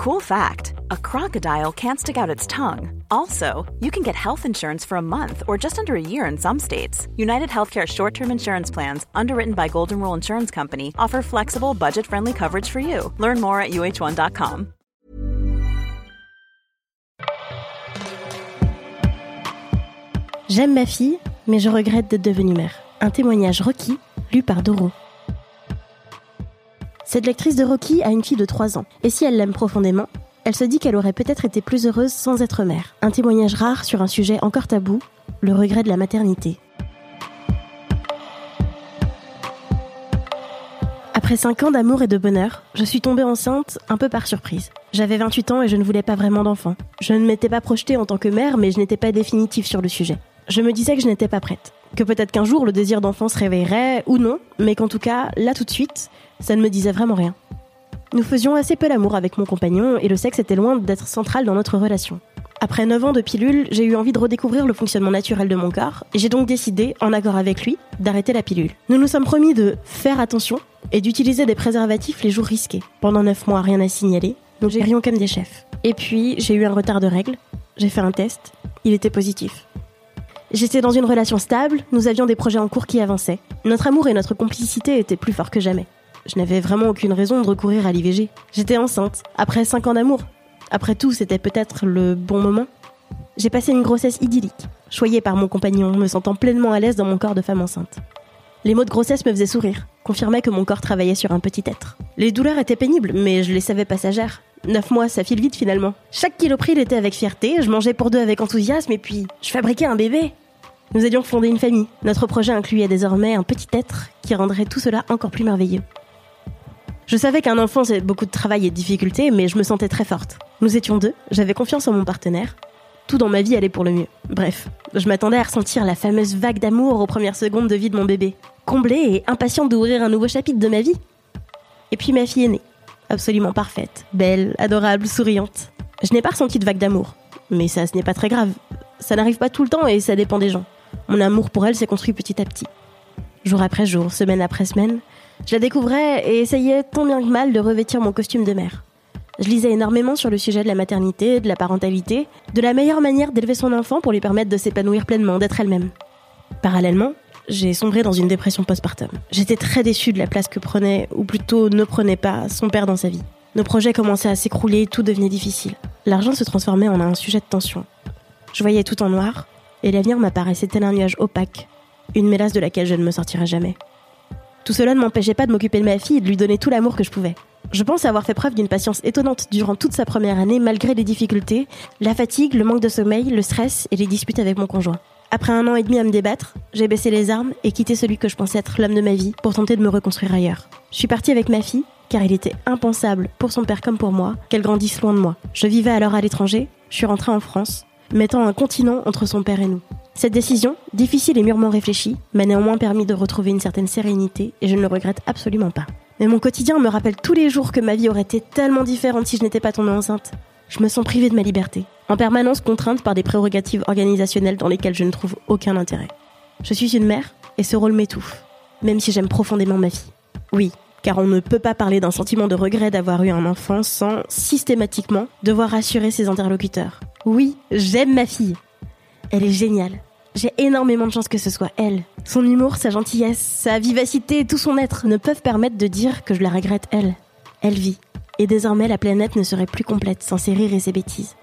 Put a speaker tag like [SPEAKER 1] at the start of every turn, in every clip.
[SPEAKER 1] Cool fact, a crocodile can't stick out its tongue. Also, you can get health insurance for a month or just under a year in some states. United Healthcare short-term insurance plans, underwritten by Golden Rule Insurance Company, offer flexible, budget-friendly coverage for you. Learn more at uh1.com.
[SPEAKER 2] J'aime ma fille, mais je regrette d'être devenue mère. Un témoignage Rocky, lu par Doro. Cette lectrice de Rocky a une fille de 3 ans, et si elle l'aime profondément, elle se dit qu'elle aurait peut-être été plus heureuse sans être mère. Un témoignage rare sur un sujet encore tabou, le regret de la maternité. Après 5 ans d'amour et de bonheur, je suis tombée enceinte un peu par surprise. J'avais 28 ans et je ne voulais pas vraiment d'enfant. Je ne m'étais pas projetée en tant que mère, mais je n'étais pas définitive sur le sujet. Je me disais que je n'étais pas prête. Que peut-être qu'un jour le désir d'enfant se réveillerait, ou non, mais qu'en tout cas, là tout de suite, ça ne me disait vraiment rien. Nous faisions assez peu l'amour avec mon compagnon et le sexe était loin d'être central dans notre relation. Après 9 ans de pilule, j'ai eu envie de redécouvrir le fonctionnement naturel de mon corps et j'ai donc décidé, en accord avec lui, d'arrêter la pilule. Nous nous sommes promis de faire attention et d'utiliser des préservatifs les jours risqués. Pendant 9 mois, rien à signaler, nous gérions comme des chefs. Et puis, j'ai eu un retard de règles, j'ai fait un test, il était positif. J'étais dans une relation stable, nous avions des projets en cours qui avançaient. Notre amour et notre complicité étaient plus forts que jamais. Je n'avais vraiment aucune raison de recourir à l'IVG. J'étais enceinte, après 5 ans d'amour. Après tout, c'était peut-être le bon moment. J'ai passé une grossesse idyllique, choyée par mon compagnon, me sentant pleinement à l'aise dans mon corps de femme enceinte. Les mots de grossesse me faisaient sourire, confirmaient que mon corps travaillait sur un petit être. Les douleurs étaient pénibles, mais je les savais passagères. 9 mois, ça file vite finalement. Chaque kilo pris l'était avec fierté, je mangeais pour 2 avec enthousiasme et puis je fabriquais un bébé. Nous allions fonder une famille. Notre projet incluait désormais un petit être qui rendrait tout cela encore plus merveilleux. Je savais qu'un enfant, c'est beaucoup de travail et de difficultés, mais je me sentais très forte. Nous étions 2, j'avais confiance en mon partenaire. Tout dans ma vie allait pour le mieux. Bref, je m'attendais à ressentir la fameuse vague d'amour aux premières secondes de vie de mon bébé. Comblée et impatiente d'ouvrir un nouveau chapitre de ma vie. Et puis ma fille est née. Absolument parfaite, belle, adorable, souriante. Je n'ai pas ressenti de vague d'amour. Mais ça, ce n'est pas très grave. Ça n'arrive pas tout le temps et ça dépend des gens. Mon amour pour elle s'est construit petit à petit. Jour après jour, semaine après semaine, je la découvrais et essayais tant bien que mal de revêtir mon costume de mère. Je lisais énormément sur le sujet de la maternité, de la parentalité, de la meilleure manière d'élever son enfant pour lui permettre de s'épanouir pleinement, d'être elle-même. Parallèlement, j'ai sombré dans une dépression postpartum. J'étais très déçue de la place que prenait, ou plutôt ne prenait pas, son père dans sa vie. Nos projets commençaient à s'écrouler, tout devenait difficile. L'argent se transformait en un sujet de tension. Je voyais tout en noir, et l'avenir m'apparaissait tel un nuage opaque, une mélasse de laquelle je ne me sortirais jamais. Tout cela ne m'empêchait pas de m'occuper de ma fille et de lui donner tout l'amour que je pouvais. Je pense avoir fait preuve d'une patience étonnante durant toute sa première année, malgré les difficultés, la fatigue, le manque de sommeil, le stress et les disputes avec mon conjoint. Après 1 an et demi à me débattre, j'ai baissé les armes et quitté celui que je pensais être l'homme de ma vie pour tenter de me reconstruire ailleurs. Je suis partie avec ma fille, car il était impensable, pour son père comme pour moi, qu'elle grandisse loin de moi. Je vivais alors à l'étranger, je suis rentrée en France, mettant un continent entre son père et nous. Cette décision, difficile et mûrement réfléchie, m'a néanmoins permis de retrouver une certaine sérénité et je ne le regrette absolument pas. Mais mon quotidien me rappelle tous les jours que ma vie aurait été tellement différente si je n'étais pas tombée enceinte. Je me sens privée de ma liberté, en permanence contrainte par des prérogatives organisationnelles dans lesquelles je ne trouve aucun intérêt. Je suis une mère et ce rôle m'étouffe, même si j'aime profondément ma fille. Oui, car on ne peut pas parler d'un sentiment de regret d'avoir eu un enfant sans, systématiquement, devoir rassurer ses interlocuteurs. Oui, j'aime ma fille. Elle est géniale. J'ai énormément de chance que ce soit elle. Son humour, sa gentillesse, sa vivacité et tout son être ne peuvent permettre de dire que je la regrette elle. Elle vit. Et désormais, la planète ne serait plus complète sans ses rires et ses bêtises.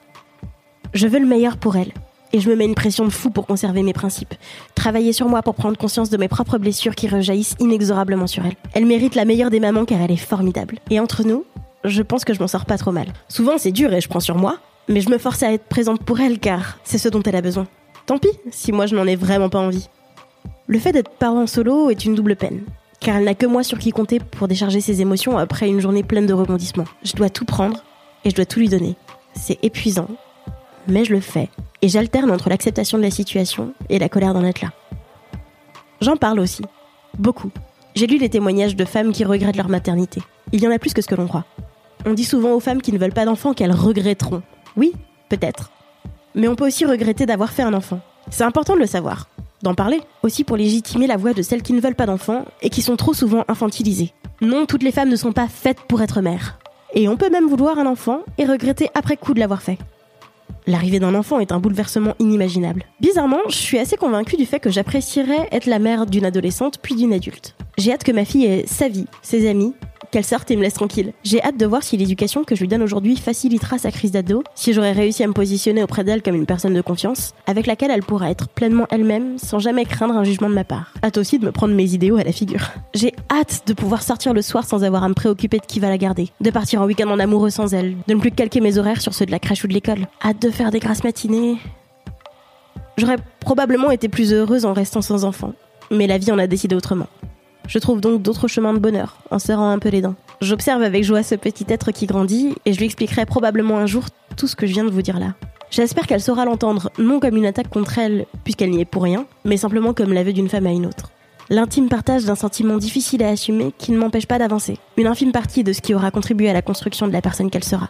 [SPEAKER 2] Je veux le meilleur pour elle. Et je me mets une pression de fou pour conserver mes principes. Travailler sur moi pour prendre conscience de mes propres blessures qui rejaillissent inexorablement sur elle. Elle mérite la meilleure des mamans car elle est formidable. Et entre nous, je pense que je m'en sors pas trop mal. Souvent, c'est dur et je prends sur moi. Mais je me force à être présente pour elle car c'est ce dont elle a besoin. Tant pis si moi je n'en ai vraiment pas envie. Le fait d'être parent solo est une double peine, car elle n'a que moi sur qui compter pour décharger ses émotions après une journée pleine de rebondissements. Je dois tout prendre et je dois tout lui donner. C'est épuisant, mais je le fais. Et j'alterne entre l'acceptation de la situation et la colère d'en être là. J'en parle aussi, beaucoup. J'ai lu les témoignages de femmes qui regrettent leur maternité. Il y en a plus que ce que l'on croit. On dit souvent aux femmes qui ne veulent pas d'enfants qu'elles regretteront. Oui, peut-être. Mais on peut aussi regretter d'avoir fait un enfant. C'est important de le savoir, d'en parler, aussi pour légitimer la voix de celles qui ne veulent pas d'enfants et qui sont trop souvent infantilisées. Non, toutes les femmes ne sont pas faites pour être mères. Et on peut même vouloir un enfant et regretter après coup de l'avoir fait. L'arrivée d'un enfant est un bouleversement inimaginable. Bizarrement, je suis assez convaincue du fait que j'apprécierais être la mère d'une adolescente puis d'une adulte. J'ai hâte que ma fille ait sa vie, ses amis, qu'elle sorte et me laisse tranquille. J'ai hâte de voir si l'éducation que je lui donne aujourd'hui facilitera sa crise d'ado, si j'aurai réussi à me positionner auprès d'elle comme une personne de confiance, avec laquelle elle pourra être pleinement elle-même sans jamais craindre un jugement de ma part. Hâte aussi de me prendre mes idéaux à la figure. J'ai hâte de pouvoir sortir le soir sans avoir à me préoccuper de qui va la garder, de partir en week-end en amoureux sans elle, de ne plus calquer mes horaires sur ceux de la crèche ou de l'école. Hâte de faire des grasses matinées. J'aurais probablement été plus heureuse en restant sans enfant, mais la vie en a décidé autrement. Je trouve donc d'autres chemins de bonheur, en serrant un peu les dents. J'observe avec joie ce petit être qui grandit, et je lui expliquerai probablement un jour tout ce que je viens de vous dire là. J'espère qu'elle saura l'entendre, non comme une attaque contre elle, puisqu'elle n'y est pour rien, mais simplement comme l'aveu d'une femme à une autre. L'intime partage d'un sentiment difficile à assumer qui ne m'empêche pas d'avancer. Une infime partie de ce qui aura contribué à la construction de la personne qu'elle sera.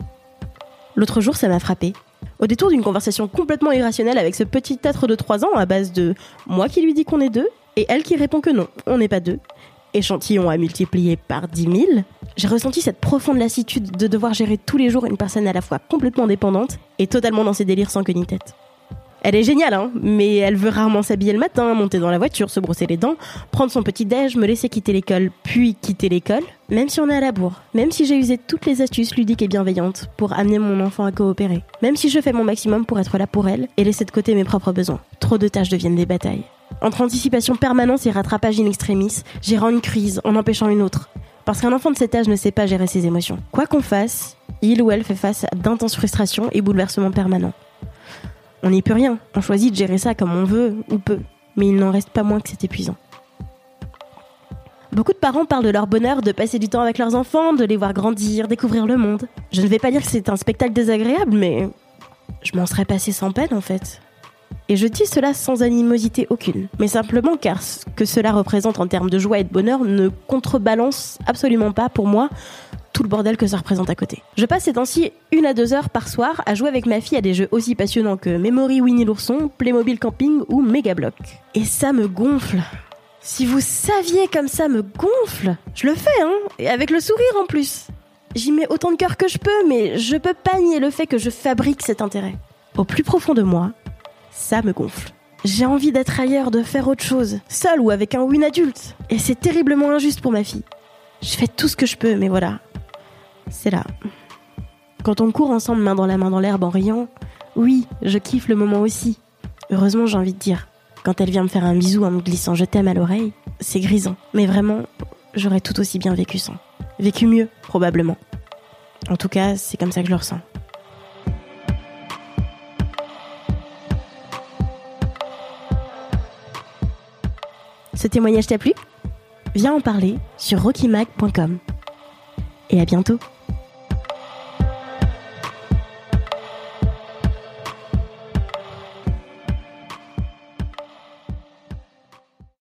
[SPEAKER 2] L'autre jour, ça m'a frappée. Au détour d'une conversation complètement irrationnelle avec ce petit être de 3 ans à base de moi qui lui dis qu'on est 2, et elle qui répond que non, on n'est pas 2. Échantillon à multiplier par 10 000, j'ai ressenti cette profonde lassitude de devoir gérer tous les jours une personne à la fois complètement dépendante et totalement dans ses délires sans queue ni tête. Elle est géniale, hein, mais elle veut rarement s'habiller le matin, monter dans la voiture, se brosser les dents, prendre son petit déj, me laisser quitter l'école, puis quitter l'école, même si on est à la bourre, même si j'ai usé toutes les astuces ludiques et bienveillantes pour amener mon enfant à coopérer, même si je fais mon maximum pour être là pour elle et laisser de côté mes propres besoins. Trop de tâches deviennent des batailles. Entre anticipation permanente et rattrapage in extremis, gérant une crise en empêchant une autre. Parce qu'un enfant de cet âge ne sait pas gérer ses émotions. Quoi qu'on fasse, il ou elle fait face à d'intenses frustrations et bouleversements permanents. On n'y peut rien, on choisit de gérer ça comme on veut ou peut, mais il n'en reste pas moins que c'est épuisant. Beaucoup de parents parlent de leur bonheur de passer du temps avec leurs enfants, de les voir grandir, découvrir le monde. Je ne vais pas dire que c'est un spectacle désagréable, mais je m'en serais passé sans peine en fait. Et je dis cela sans animosité aucune, mais simplement car ce que cela représente en termes de joie et de bonheur ne contrebalance absolument pas pour moi tout le bordel que ça représente à côté. Je passe ces temps-ci 1 à 2 heures par soir à jouer avec ma fille à des jeux aussi passionnants que Memory Winnie l'ourson, Playmobil Camping ou Megablock. Et ça me gonfle. Si vous saviez comme ça me gonfle, je le fais, hein, et avec le sourire en plus. J'y mets autant de cœur que je peux, mais je peux pas nier le fait que je fabrique cet intérêt. Au plus profond de moi, ça me gonfle. J'ai envie d'être ailleurs, de faire autre chose, seule ou avec un ou une adulte. Et c'est terriblement injuste pour ma fille. Je fais tout ce que je peux, mais voilà. C'est là. Quand on court ensemble main dans la main dans l'herbe en riant, oui, je kiffe le moment aussi. Heureusement, j'ai envie de dire. Quand elle vient me faire un bisou en me glissant « je t'aime » à l'oreille, c'est grisant. Mais vraiment, j'aurais tout aussi bien vécu sans. Vécu mieux, probablement. En tout cas, c'est comme ça que je le ressens. Ce témoignage t'a plu ? Viens en parler sur rockymag.com. Et à bientôt.